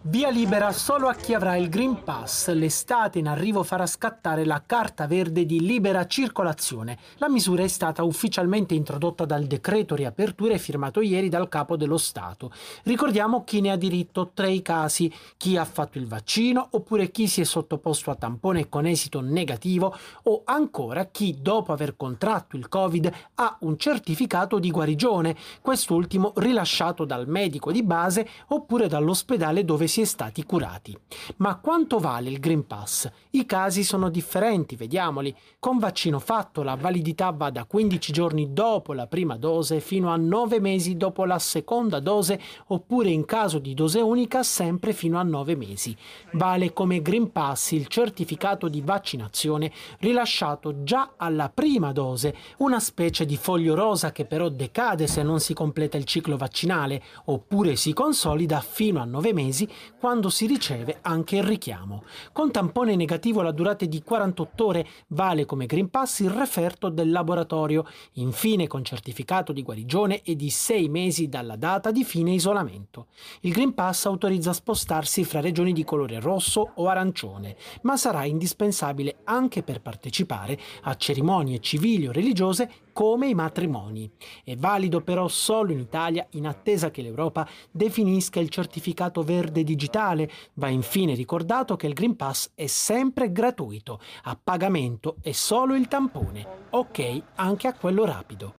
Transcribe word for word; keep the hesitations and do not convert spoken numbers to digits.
Via libera solo a chi avrà il Green Pass. L'estate in arrivo farà scattare la carta verde di libera circolazione. La misura è stata ufficialmente introdotta dal decreto riaperture firmato ieri dal capo dello Stato. Ricordiamo chi ne ha diritto: tre i casi: chi ha fatto il vaccino, oppure chi si è sottoposto a tampone con esito negativo, o ancora chi dopo aver contratto il Covid ha un certificato di guarigione, quest'ultimo rilasciato dal medico di base oppure dall'ospedale dove si è stati curati. Ma quanto vale il Green Pass? I casi sono differenti, vediamoli. Con vaccino fatto la validità va da quindici giorni dopo la prima dose fino a nove mesi dopo la seconda dose, oppure in caso di dose unica sempre fino a nove mesi. Vale come Green Pass il certificato di vaccinazione rilasciato già alla prima dose, una specie di foglio rosa che però decade se non si completa il ciclo vaccinale, oppure si consolida fino a nove mesi quando si riceve anche il richiamo. Con tampone negativo la durata è di quarantotto ore, vale come Green Pass il referto del laboratorio. Infine, con certificato di guarigione è di sei mesi dalla data di fine isolamento. Il Green Pass autorizza a spostarsi fra regioni di colore rosso o arancione, ma sarà indispensabile anche per partecipare a cerimonie civili o religiose come i matrimoni. È valido però solo in Italia, in attesa che l'Europa definisca il certificato verde digitale. Va infine ricordato che il Green Pass è sempre gratuito, a pagamento è solo il tampone. Ok anche a quello rapido.